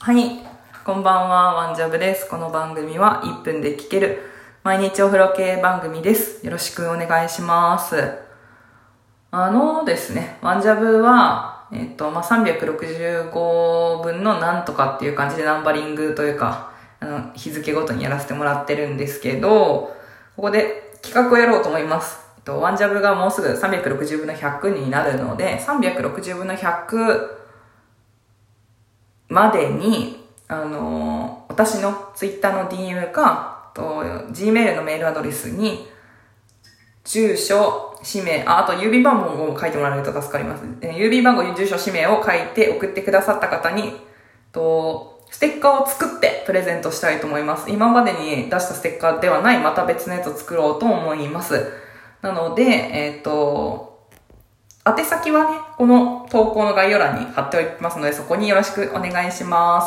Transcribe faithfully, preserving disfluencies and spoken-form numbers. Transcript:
はい、こんばんは、ワンジャブです。この番組はいっぷんで聞ける毎日お風呂系番組です。よろしくお願いします。あのですね、ワンジャブは、えっと、まあ、さんびゃくろくじゅうごぶんのなんとかっていう感じでナンバリングというか、あの、日付ごとにやらせてもらってるんですけど、ここで企画をやろうと思います。えっと、ワンジャブがもうすぐさんびゃくろくじゅうぶんのひゃくになるので、さんびゃくろくじゅうぶんのひゃくまでに、あのー、私のツイッターの ディーエム か、と、Gmail のメールアドレスに、住所、氏名、あ、あと郵便番号を書いてもらえると助かります。郵便番号、住所、氏名を書いて送ってくださった方に、と、ステッカーを作ってプレゼントしたいと思います。今までに出したステッカーではない、また別のやつを作ろうと思います。なので、えっと、宛先はね、この投稿の概要欄に貼っておきますので、そこによろしくお願いします。